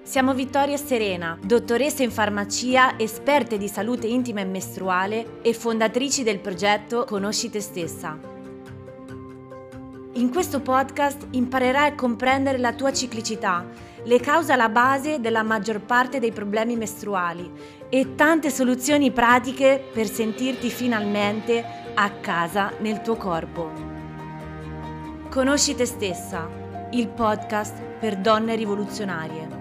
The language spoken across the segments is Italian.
Siamo Vittoria e Serena, dottoresse in farmacia, esperte di salute intima e mestruale e fondatrici del progetto Conosci te stessa. In questo podcast imparerai a comprendere la tua ciclicità, le cause alla base della maggior parte dei problemi mestruali e tante soluzioni pratiche per sentirti finalmente a casa nel tuo corpo. Conosci te stessa, il podcast per donne rivoluzionarie.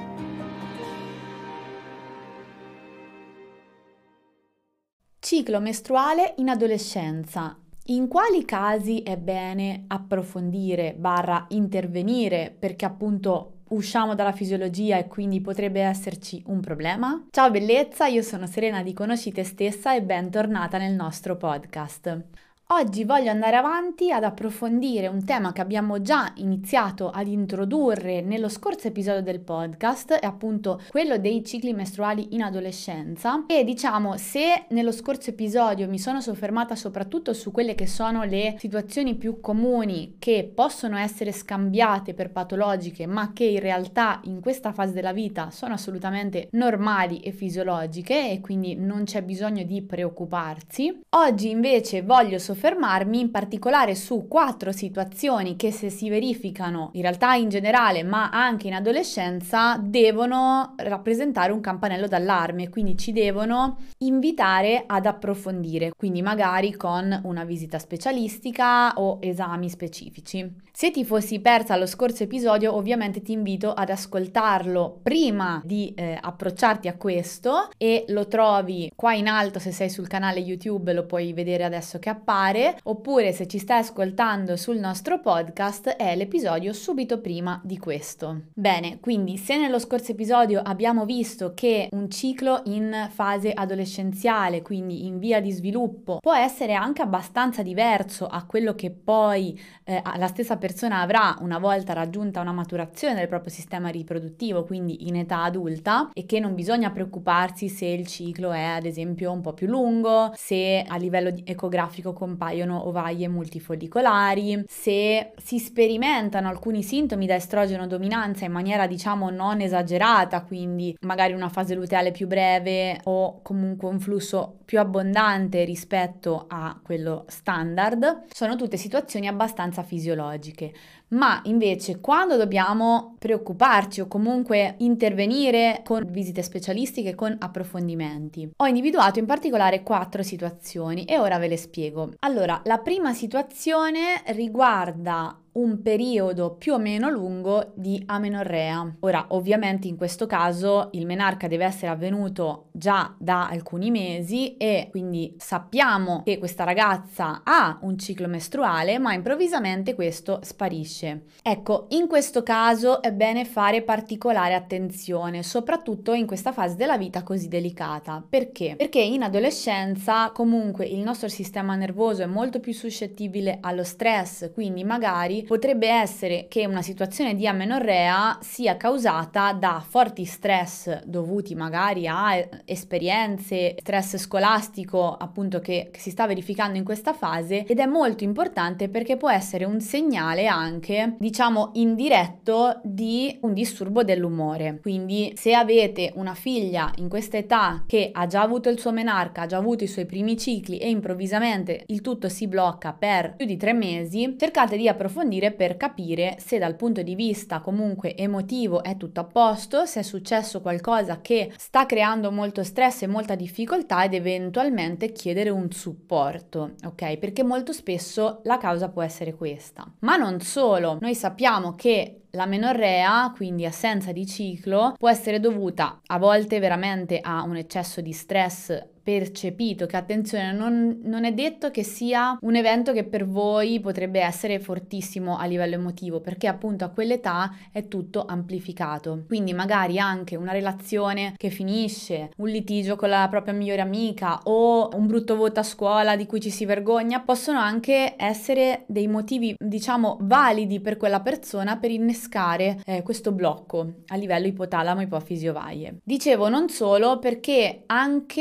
Ciclo mestruale in adolescenza. In quali casi è bene approfondire / intervenire perché appunto usciamo dalla fisiologia e quindi potrebbe esserci un problema? Ciao bellezza, io sono Serena di Conosci te stessa e bentornata nel nostro podcast. Oggi voglio andare avanti ad approfondire un tema che abbiamo già iniziato ad introdurre nello scorso episodio del podcast, è appunto quello dei cicli mestruali in adolescenza. E diciamo, se nello scorso episodio mi sono soffermata soprattutto su quelle che sono le situazioni più comuni che possono essere scambiate per patologiche, ma che in realtà in questa fase della vita sono assolutamente normali e fisiologiche e quindi non c'è bisogno di preoccuparsi, oggi invece voglio soffermarmi in particolare su 4 situazioni che, se si verificano in realtà in generale ma anche in adolescenza, devono rappresentare un campanello d'allarme, quindi ci devono invitare ad approfondire, quindi magari con una visita specialistica o esami specifici. Se ti fossi persa lo scorso episodio, ovviamente ti invito ad ascoltarlo prima di approcciarti a questo, e lo trovi qua in alto. Se sei sul canale YouTube lo puoi vedere adesso che appare, oppure se ci stai ascoltando sul nostro podcast è l'episodio subito prima di questo. Bene, quindi se nello scorso episodio abbiamo visto che un ciclo in fase adolescenziale, quindi in via di sviluppo, può essere anche abbastanza diverso a quello che poi la stessa persona avrà una volta raggiunta una maturazione del proprio sistema riproduttivo, quindi in età adulta, e che non bisogna preoccuparsi se il ciclo è ad esempio un po' più lungo, se a livello ecografico compaiono ovaie multifollicolari, se si sperimentano alcuni sintomi da estrogeno dominanza in maniera diciamo non esagerata, quindi magari una fase luteale più breve o comunque un flusso più abbondante rispetto a quello standard. Sono tutte situazioni abbastanza fisiologiche. Ma invece quando dobbiamo preoccuparci o comunque intervenire con visite specialistiche, con approfondimenti, ho individuato in particolare 4 situazioni e ora ve le spiego. Allora, la prima situazione riguarda un periodo più o meno lungo di amenorrea. Ora, ovviamente in questo caso il menarca deve essere avvenuto già da alcuni mesi e quindi sappiamo che questa ragazza ha un ciclo mestruale, ma improvvisamente questo sparisce. Ecco, in questo caso è bene fare particolare attenzione, soprattutto in questa fase della vita così delicata. Perché? Perché in adolescenza comunque il nostro sistema nervoso è molto più suscettibile allo stress, quindi magari potrebbe essere che una situazione di amenorrea sia causata da forti stress dovuti magari a esperienze, stress scolastico appunto che si sta verificando in questa fase, ed è molto importante perché può essere un segnale anche diciamo indiretto di un disturbo dell'umore. Quindi se avete una figlia in questa età che ha già avuto il suo menarca, ha già avuto i suoi primi cicli e improvvisamente il tutto si blocca per più di 3 mesi, cercate di approfondire per capire se dal punto di vista comunque emotivo è tutto a posto, se è successo qualcosa che sta creando molto stress e molta difficoltà, ed eventualmente chiedere un supporto, ok? Perché molto spesso la causa può essere questa. Ma non solo, noi sappiamo che l'amenorrea, quindi assenza di ciclo, può essere dovuta a volte veramente a un eccesso di stress percepito, che attenzione non è detto che sia un evento che per voi potrebbe essere fortissimo a livello emotivo, perché appunto a quell'età è tutto amplificato. Quindi magari anche una relazione che finisce, un litigio con la propria migliore amica o un brutto voto a scuola di cui ci si vergogna possono anche essere dei motivi diciamo validi per quella persona per innescare questo blocco a livello ipotalamo ipofisi ovaie. Dicevo non solo, perché anche la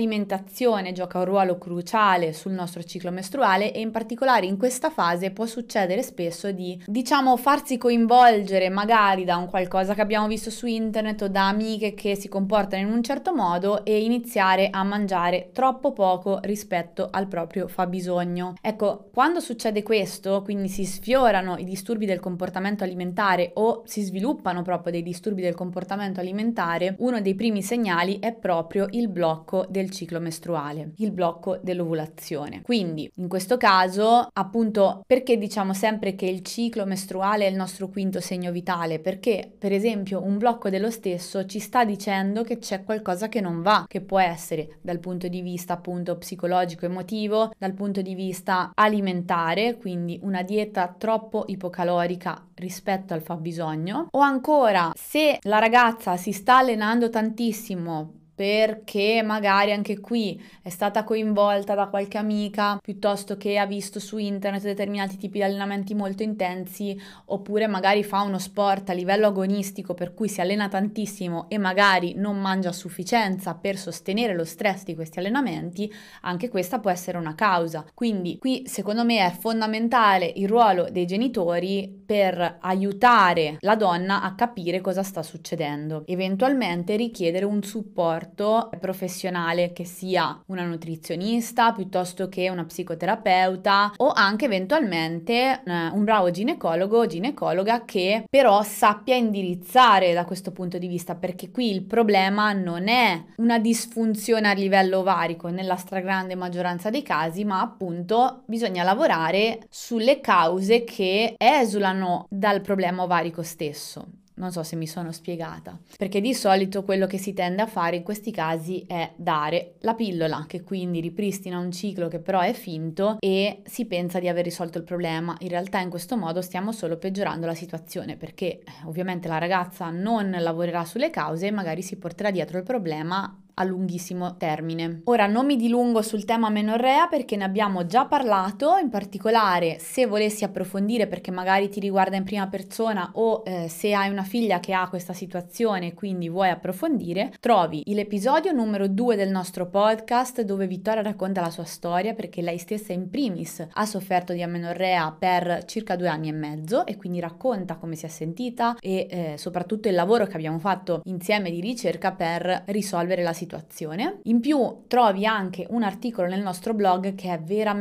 l'alimentazione gioca un ruolo cruciale sul nostro ciclo mestruale e in particolare in questa fase può succedere spesso di, farsi coinvolgere magari da un qualcosa che abbiamo visto su internet o da amiche che si comportano in un certo modo e iniziare a mangiare troppo poco rispetto al proprio fabbisogno. Ecco, quando succede questo, quindi si sfiorano i disturbi del comportamento alimentare o si sviluppano proprio dei disturbi del comportamento alimentare, uno dei primi segnali è proprio il blocco del ciclo mestruale, il blocco dell'ovulazione. Quindi, in questo caso, appunto, perché diciamo sempre che il ciclo mestruale è il nostro quinto segno vitale? Perché, per esempio, un blocco dello stesso ci sta dicendo che c'è qualcosa che non va, che può essere dal punto di vista appunto psicologico, emotivo, dal punto di vista alimentare, quindi una dieta troppo ipocalorica rispetto al fabbisogno, o ancora se la ragazza si sta allenando tantissimo perché magari anche qui è stata coinvolta da qualche amica piuttosto che ha visto su internet determinati tipi di allenamenti molto intensi, oppure magari fa uno sport a livello agonistico per cui si allena tantissimo e magari non mangia a sufficienza per sostenere lo stress di questi allenamenti, anche questa può essere una causa. Quindi qui secondo me è fondamentale il ruolo dei genitori per aiutare la donna a capire cosa sta succedendo, eventualmente richiedere un supporto professionale, che sia una nutrizionista piuttosto che una psicoterapeuta o anche eventualmente un bravo ginecologo o ginecologa che però sappia indirizzare da questo punto di vista, perché qui il problema non è una disfunzione a livello ovarico nella stragrande maggioranza dei casi, ma appunto bisogna lavorare sulle cause che esulano dal problema ovarico stesso. Non so se mi sono spiegata, perché di solito quello che si tende a fare in questi casi è dare la pillola, che quindi ripristina un ciclo che però è finto e si pensa di aver risolto il problema. In realtà in questo modo stiamo solo peggiorando la situazione, perché ovviamente la ragazza non lavorerà sulle cause e magari si porterà dietro il problema a lunghissimo termine. Ora non mi dilungo sul tema amenorrea perché ne abbiamo già parlato, in particolare se volessi approfondire perché magari ti riguarda in prima persona o se hai una figlia che ha questa situazione e quindi vuoi approfondire, trovi l'episodio numero 2 del nostro podcast dove Vittoria racconta la sua storia, perché lei stessa in primis ha sofferto di amenorrea per circa 2 anni e mezzo e quindi racconta come si è sentita e soprattutto il lavoro che abbiamo fatto insieme di ricerca per risolvere la situazione. In più trovi anche un articolo nel nostro blog che è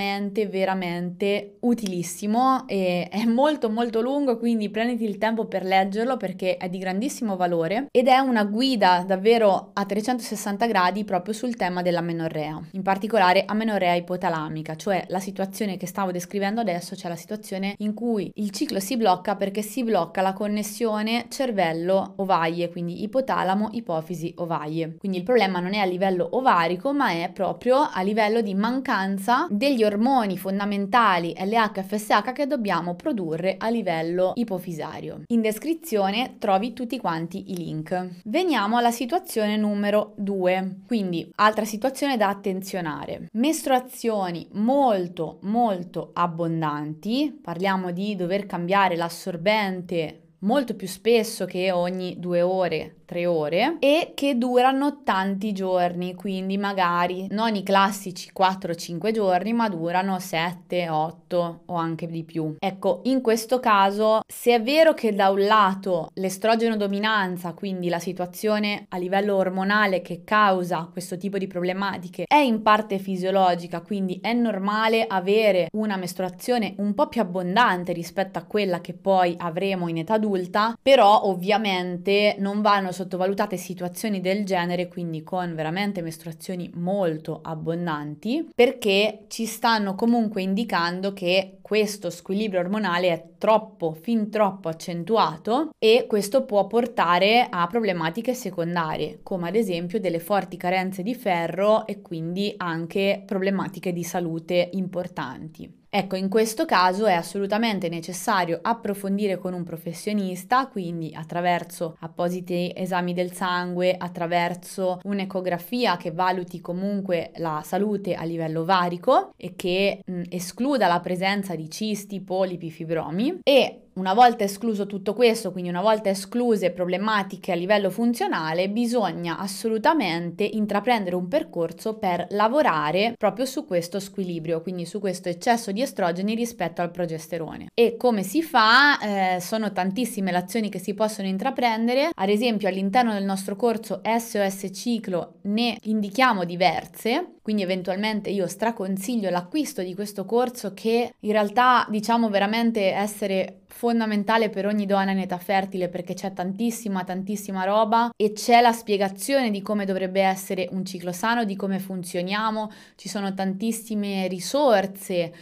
veramente utilissimo e è molto lungo, quindi prenditi il tempo per leggerlo perché è di grandissimo valore ed è una guida davvero a 360 gradi proprio sul tema dell'amenorrea, in particolare amenorrea ipotalamica, cioè la situazione che stavo descrivendo adesso, cioè la situazione in cui il ciclo si blocca perché si blocca la connessione cervello-ovaie, quindi ipotalamo, ipofisi, ovaie. Quindi il problema non è a livello ovarico, ma è proprio a livello di mancanza degli ormoni fondamentali LH, FSH che dobbiamo produrre a livello ipofisario. In descrizione trovi tutti quanti i link. Veniamo alla situazione numero 2, quindi altra situazione da attenzionare. Mestruazioni molto abbondanti, parliamo di dover cambiare l'assorbente molto più spesso che ogni 2 ore, 3 ore e che durano tanti giorni, quindi magari non i classici 4-5 giorni, ma durano 7, 8 o anche di più. Ecco, in questo caso, se è vero che da un lato l'estrogeno dominanza, quindi la situazione a livello ormonale che causa questo tipo di problematiche, è in parte fisiologica, quindi è normale avere una mestruazione un po' più abbondante rispetto a quella che poi avremo in età adulta, però ovviamente non vanno sottovalutate situazioni del genere, quindi con veramente mestruazioni molto abbondanti, perché ci stanno comunque indicando che questo squilibrio ormonale è fin troppo accentuato e questo può portare a problematiche secondarie, come ad esempio delle forti carenze di ferro e quindi anche problematiche di salute importanti. Ecco, in questo caso è assolutamente necessario approfondire con un professionista, quindi attraverso appositi esami del sangue, attraverso un'ecografia che valuti comunque la salute a livello ovarico e che escluda la presenza di cisti, polipi, fibromi, e una volta escluso tutto questo, quindi una volta escluse problematiche a livello funzionale, bisogna assolutamente intraprendere un percorso per lavorare proprio su questo squilibrio, quindi su questo eccesso di estrogeni rispetto al progesterone. E come si fa? Sono tantissime le azioni che si possono intraprendere, ad esempio all'interno del nostro corso SOS Ciclo ne indichiamo diverse, quindi eventualmente io straconsiglio l'acquisto di questo corso che in realtà diciamo veramente essere fondamentale per ogni donna in età fertile, perché c'è tantissima roba e c'è la spiegazione di come dovrebbe essere un ciclo sano, di come funzioniamo, ci sono tantissime risorse,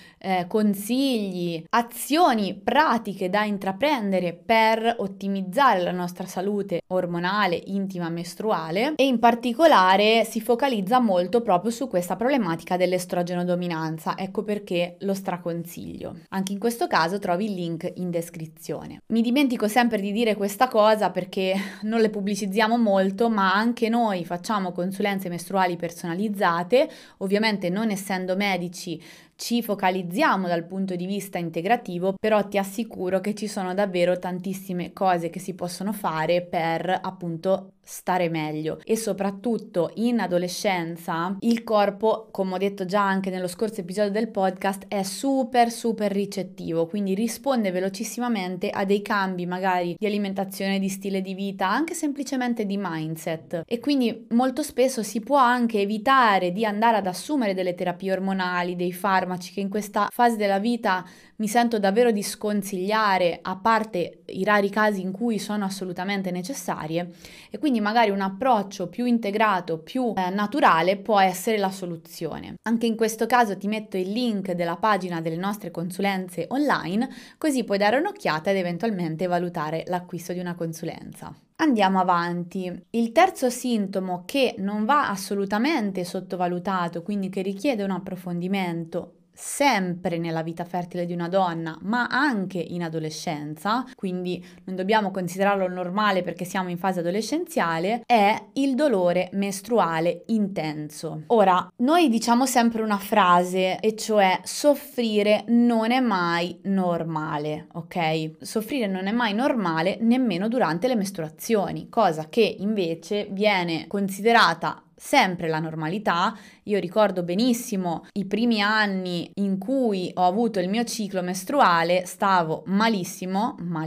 consigli, azioni pratiche da intraprendere per ottimizzare la nostra salute ormonale, intima, mestruale, e in particolare si focalizza molto proprio su questa problematica dell'estrogeno dominanza. Ecco perché lo straconsiglio. Anche in questo caso trovi il link in descrizione. Mi dimentico sempre di dire questa cosa perché non le pubblicizziamo molto, ma anche noi facciamo consulenze mestruali personalizzate, ovviamente non essendo medici ci focalizziamo dal punto di vista integrativo, però ti assicuro che ci sono davvero tantissime cose che si possono fare per appunto stare meglio, e soprattutto in adolescenza il corpo, come ho detto già anche nello scorso episodio del podcast, è super ricettivo, quindi risponde velocissimamente a dei cambi magari di alimentazione, di stile di vita, anche semplicemente di mindset, e quindi molto spesso si può anche evitare di andare ad assumere delle terapie ormonali, dei farmaci che in questa fase della vita mi sento davvero di sconsigliare, a parte i rari casi in cui sono assolutamente necessarie, e quindi magari un approccio più integrato, più naturale può essere la soluzione. Anche in questo caso ti metto il link della pagina delle nostre consulenze online, così puoi dare un'occhiata ed eventualmente valutare l'acquisto di una consulenza. Andiamo avanti. Il terzo sintomo che non va assolutamente sottovalutato, quindi che richiede un approfondimento sempre nella vita fertile di una donna, ma anche in adolescenza, quindi non dobbiamo considerarlo normale perché siamo in fase adolescenziale, è il dolore mestruale intenso. Ora, noi diciamo sempre una frase, e cioè soffrire non è mai normale, ok? Soffrire non è mai normale nemmeno durante le mestruazioni, cosa che invece viene considerata sempre la normalità. Io ricordo benissimo i primi anni in cui ho avuto il mio ciclo mestruale, stavo malissimo, ma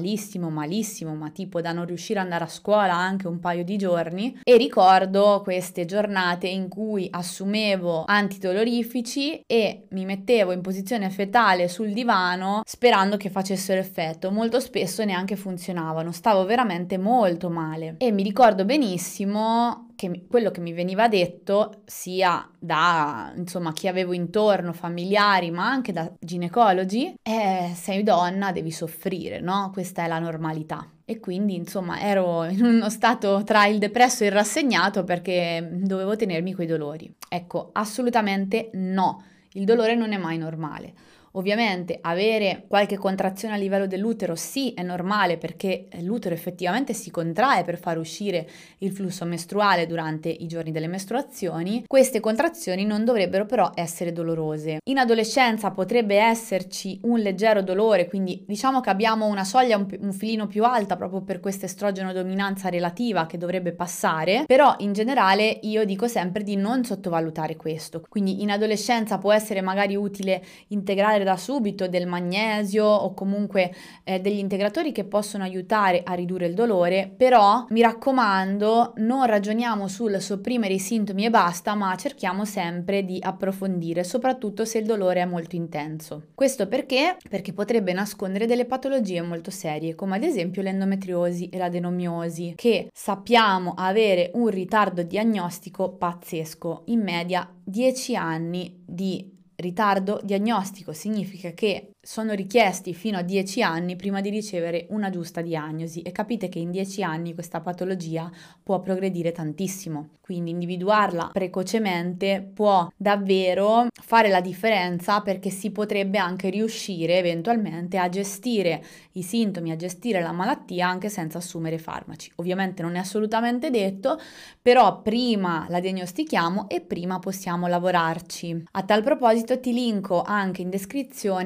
tipo da non riuscire ad andare a scuola anche un paio di giorni, e ricordo queste giornate in cui assumevo antidolorifici e mi mettevo in posizione fetale sul divano sperando che facessero effetto. Molto spesso neanche funzionavano, stavo veramente molto male, e mi ricordo benissimo che quello che mi veniva detto sia da chi avevo intorno, familiari, ma anche da ginecologi, sei donna, devi soffrire, no? Questa è la normalità. E quindi ero in uno stato tra il depresso e il rassegnato perché dovevo tenermi quei dolori. Ecco, assolutamente no, il dolore non è mai normale. Ovviamente avere qualche contrazione a livello dell'utero sì, è normale, perché l'utero effettivamente si contrae per far uscire il flusso mestruale durante i giorni delle mestruazioni. Queste contrazioni non dovrebbero però essere dolorose. In adolescenza potrebbe esserci un leggero dolore, quindi diciamo che abbiamo una soglia un filino più alta proprio per questa estrogeno dominanza relativa che dovrebbe passare, però in generale io dico sempre di non sottovalutare questo. Quindi in adolescenza può essere magari utile integrare da subito del magnesio o comunque degli integratori che possono aiutare a ridurre il dolore, però mi raccomando, non ragioniamo sul sopprimere i sintomi e basta, ma cerchiamo sempre di approfondire, soprattutto se il dolore è molto intenso. Questo perché potrebbe nascondere delle patologie molto serie, come ad esempio l'endometriosi e l'adenomiosi, che sappiamo avere un ritardo diagnostico pazzesco, in media 10 anni di ritardo diagnostico. Significa che sono richiesti fino a 10 anni prima di ricevere una giusta diagnosi, e capite che in 10 anni questa patologia può progredire tantissimo, quindi individuarla precocemente può davvero fare la differenza, perché si potrebbe anche riuscire eventualmente a gestire i sintomi, a gestire la malattia anche senza assumere farmaci. Ovviamente non è assolutamente detto, però prima la diagnostichiamo e prima possiamo lavorarci. A tal proposito ti linko anche in descrizione un episodio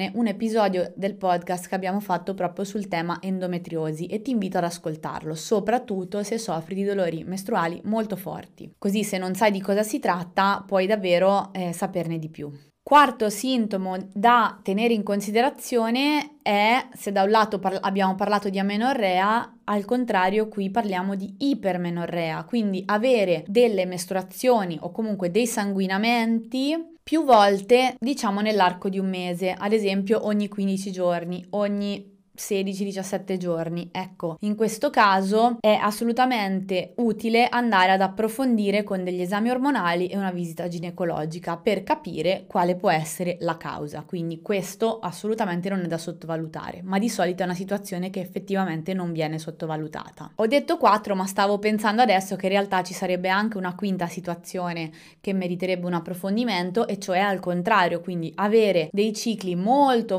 episodio del podcast che abbiamo fatto proprio sul tema endometriosi e ti invito ad ascoltarlo, soprattutto se soffri di dolori mestruali molto forti. Così se non sai di cosa si tratta puoi davvero saperne di più. Quarto sintomo da tenere in considerazione è, se da un lato abbiamo parlato di amenorrea, al contrario qui parliamo di ipermenorrea, quindi avere delle mestruazioni o comunque dei sanguinamenti più volte, diciamo nell'arco di un mese, ad esempio ogni 15 giorni, ogni 16-17 giorni. Ecco, in questo caso è assolutamente utile andare ad approfondire con degli esami ormonali e una visita ginecologica per capire quale può essere la causa. Quindi questo assolutamente non è da sottovalutare, ma di solito è una situazione che effettivamente non viene sottovalutata. Ho detto 4, ma stavo pensando adesso che in realtà ci sarebbe anche una quinta situazione che meriterebbe un approfondimento, e cioè al contrario, quindi avere dei cicli molto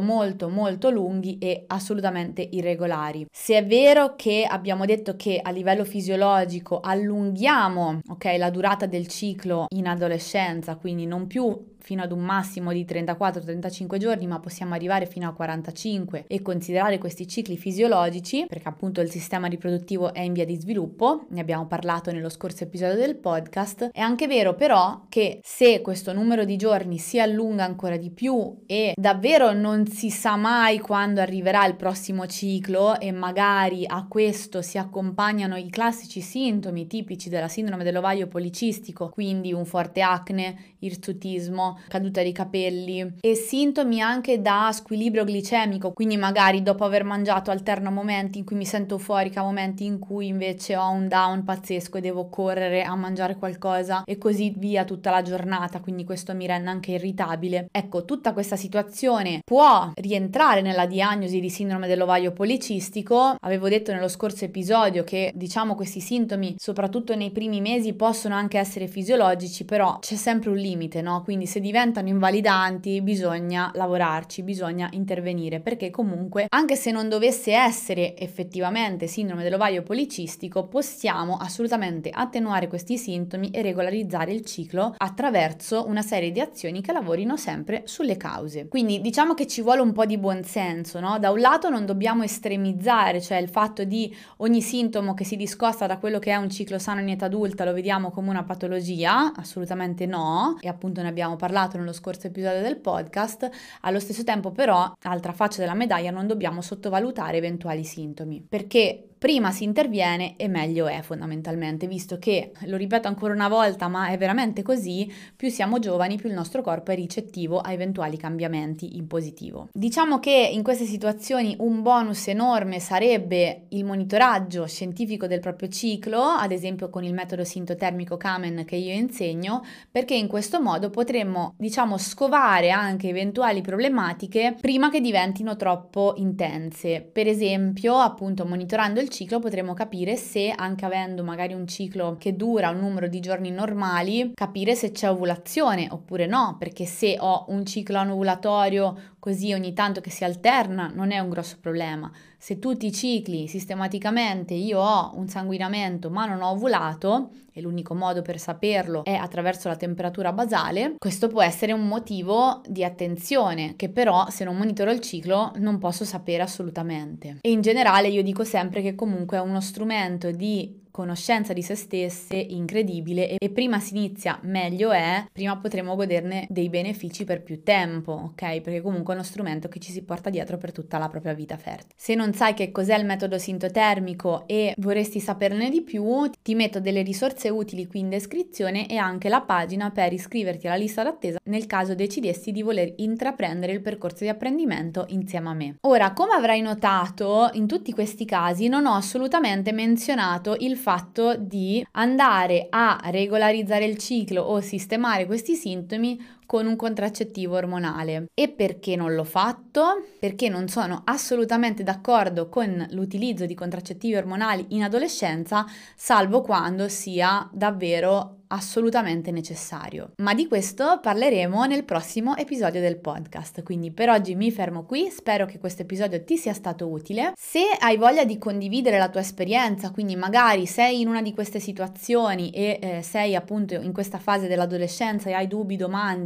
lunghi e assolutamente irregolari. Se è vero che abbiamo detto che a livello fisiologico allunghiamo, la durata del ciclo in adolescenza, quindi non più fino ad un massimo di 34-35 giorni, ma possiamo arrivare fino a 45 e considerare questi cicli fisiologici, perché appunto il sistema riproduttivo è in via di sviluppo, ne abbiamo parlato nello scorso episodio del podcast. È anche vero però che se questo numero di giorni si allunga ancora di più e davvero non si sa mai quando arriverà il prossimo ciclo e magari a questo si accompagnano i classici sintomi tipici della sindrome dell'ovaio policistico, quindi un forte acne, irsutismo, caduta dei capelli e sintomi anche da squilibrio glicemico, quindi magari dopo aver mangiato alterno momenti in cui mi sento euforica, momenti in cui invece ho un down pazzesco e devo correre a mangiare qualcosa e così via tutta la giornata, quindi questo mi rende anche irritabile. Ecco, tutta questa situazione può rientrare nella diagnosi di sindrome dell'ovaio policistico. Avevo detto nello scorso episodio che diciamo questi sintomi soprattutto nei primi mesi possono anche essere fisiologici, però c'è sempre un limite, no? Quindi se diventano invalidanti bisogna lavorarci, bisogna intervenire, perché comunque anche se non dovesse essere effettivamente sindrome dell'ovaio policistico possiamo assolutamente attenuare questi sintomi e regolarizzare il ciclo attraverso una serie di azioni che lavorino sempre sulle cause. Quindi diciamo che ci vuole un po' di buonsenso, no? Da un lato non dobbiamo estremizzare, cioè il fatto di ogni sintomo che si discosta da quello che è un ciclo sano in età adulta lo vediamo come una patologia, assolutamente no, e appunto ne abbiamo parlato nello scorso episodio del podcast. Allo stesso tempo però, altra faccia della medaglia, non dobbiamo sottovalutare eventuali sintomi, perché prima si interviene e meglio è fondamentalmente, visto che, lo ripeto ancora una volta, ma è veramente così, più siamo giovani, più il nostro corpo è ricettivo a eventuali cambiamenti in positivo. Diciamo che in queste situazioni un bonus enorme sarebbe il monitoraggio scientifico del proprio ciclo, ad esempio con il metodo sintotermico Kamen che io insegno, perché in questo modo potremmo, scovare anche eventuali problematiche prima che diventino troppo intense. Per esempio, appunto, monitorando il ciclo potremo capire se, anche avendo magari un ciclo che dura un numero di giorni normali, capire se c'è ovulazione oppure no, perché se ho un ciclo anovulatorio così ogni tanto che si alterna non è un grosso problema. Se tutti i cicli sistematicamente io ho un sanguinamento ma non ho ovulato, e l'unico modo per saperlo è attraverso la temperatura basale, questo può essere un motivo di attenzione che però se non monitoro il ciclo non posso sapere assolutamente. E in generale io dico sempre che comunque è uno strumento di conoscenza di se stesse incredibile e prima si inizia meglio è, prima potremo goderne dei benefici per più tempo, ok? Perché comunque è uno strumento che ci si porta dietro per tutta la propria vita fertile. Se non sai che cos'è il metodo sintotermico e vorresti saperne di più, ti metto delle risorse utili qui in descrizione e anche la pagina per iscriverti alla lista d'attesa nel caso decidessi di voler intraprendere il percorso di apprendimento insieme a me. Ora, come avrai notato, in tutti questi casi non ho assolutamente menzionato il fatto di andare a regolarizzare il ciclo o sistemare questi sintomi con un contraccettivo ormonale. E perché non l'ho fatto? Perché non sono assolutamente d'accordo con l'utilizzo di contraccettivi ormonali in adolescenza, salvo quando sia davvero assolutamente necessario. Ma di questo parleremo nel prossimo episodio del podcast. Quindi per oggi mi fermo qui, spero che questo episodio ti sia stato utile. Se hai voglia di condividere la tua esperienza, quindi magari sei in una di queste situazioni e sei appunto in questa fase dell'adolescenza e hai dubbi, domande,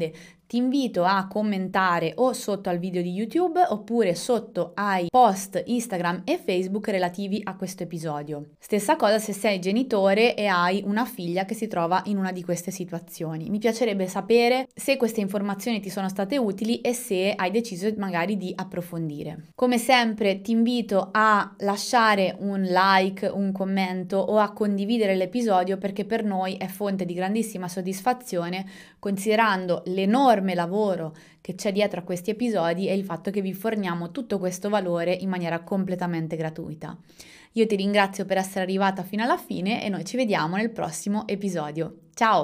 Ti invito a commentare o sotto al video di YouTube oppure sotto ai post Instagram e Facebook relativi a questo episodio. Stessa cosa se sei genitore e hai una figlia che si trova in una di queste situazioni. Mi piacerebbe sapere se queste informazioni ti sono state utili e se hai deciso magari di approfondire. Come sempre ti invito a lasciare un like, un commento o a condividere l'episodio, perché per noi è fonte di grandissima soddisfazione, considerando l'enorme lavoro che c'è dietro a questi episodi e il fatto che vi forniamo tutto questo valore in maniera completamente gratuita. Io ti ringrazio per essere arrivata fino alla fine e noi ci vediamo nel prossimo episodio. Ciao!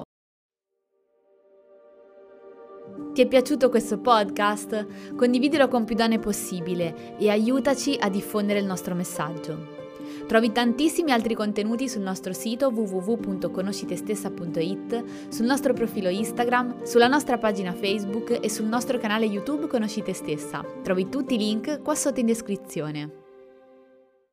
Ti è piaciuto questo podcast? Condividilo con più donne possibile e aiutaci a diffondere il nostro messaggio. Trovi tantissimi altri contenuti sul nostro sito www.conoscitestessa.it, sul nostro profilo Instagram, sulla nostra pagina Facebook e sul nostro canale YouTube Conosci Te Stessa. Trovi tutti i link qua sotto in descrizione.